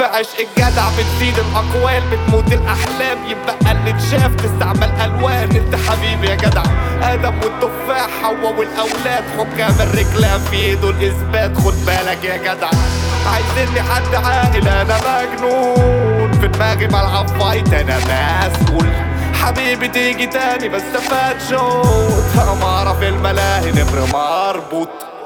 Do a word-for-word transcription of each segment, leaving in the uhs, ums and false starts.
في عشق الجدع بتزيد الاقوال بتموت الاحلام يبقى اللي اتشاف تستعمل الوان. انت حبيبي يا جدع ادم والتفاح حوا والاولاد حكام الرجلان في ايده الاثبات. خد بالك يا جدع عايزيني حد عاقل انا مجنون في دماغي بلعب فايت انا مسؤول. حبيبي تيجي تاني بس فات شوط امارة في الملاهي نمر مربوط.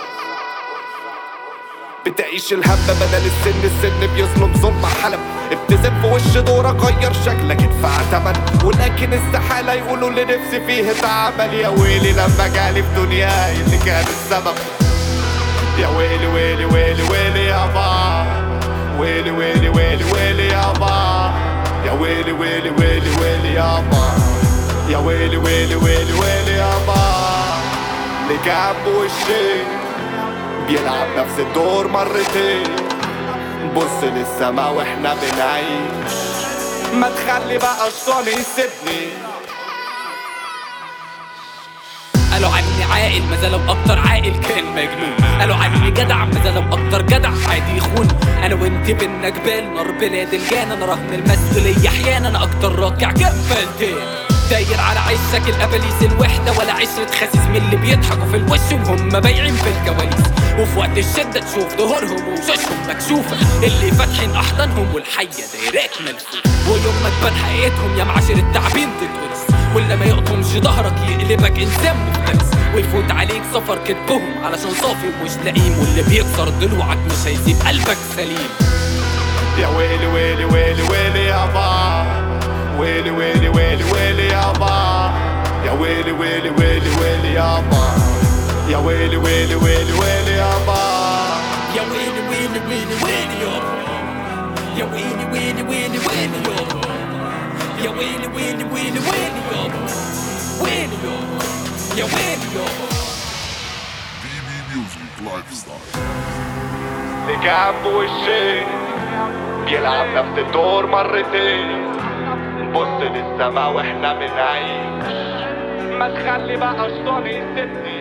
بتعيش الهم بدل السن السن بيظلم ظلم حلم. ابتسم في وش دورك غير شكلك ادفع تمن ولكن استحالة يقولوا اللي نفسي فيه اتعمل. يا ويلي لما جالي في دنياي اللي كان السبب. يا ويلي ويلي ويلي ويلي يابا ويلي ويلي ويلي ويلي يابا يا ويلي ويلي ويلي ويلي يابا يا ويلي ويلي ويلي ويلي يابا. اللي جنب وشي بيلعب نفس الدور مرتين. بص للسما واحنا بنعيش ما تخلي بقى الشيطان يسيبني. قالوا عني عاقل ماذا لو اكتر عاقل كان مجنون. قالوا عني جدع ماذا لو اكتر جدع عادي يخون. انا وانت بينا جبال نار بلاد الجان. انا رغم المسؤولية احيانا انا اكتر راكع جبلتين. داير على عشك الاباليس الوحدة ولا عشرة خسيس من اللي بيضحكوا في الوش وهم بايعين في الكواليس. وفي وقت الشدة تشوف ظهورهم وشاشهم مكشوفة اللي فاتحين احضانهم والحية دايرات ملفوفة. ويوم ما تبان حقيقتهم يا معاشر التعبين تتورث. ولا ما يقطمش ظهرك يقلبك انسان مفترس. ويفوت عليك سفر كدبهم علشان صافي ومش لئيم. واللي بيكسر ضلوعك مش هيسيب قلبك سليم. يا ويلي ويلي ويلي ويلي يابا ويلي ويلي ويلي ويلي يابا يا ويلي ويلي ويلي ويلي يابا يا ويلي ويلي ويلي ويلي يابا يا ويلي ويلي ويلي ويلي يابا يا ويلي ويلي ويلي ويلي يابا يا ويلي ويلي ويلي ويلي يابا ويلي يابا يا ويلي يابا. دي بي ميوزك لايف ستايل. اللي جنب وشي بيلعب نفس الدور مرتين. بص للسما واحنا بنعيش ما تخلي بقى الشيطان يسيبني.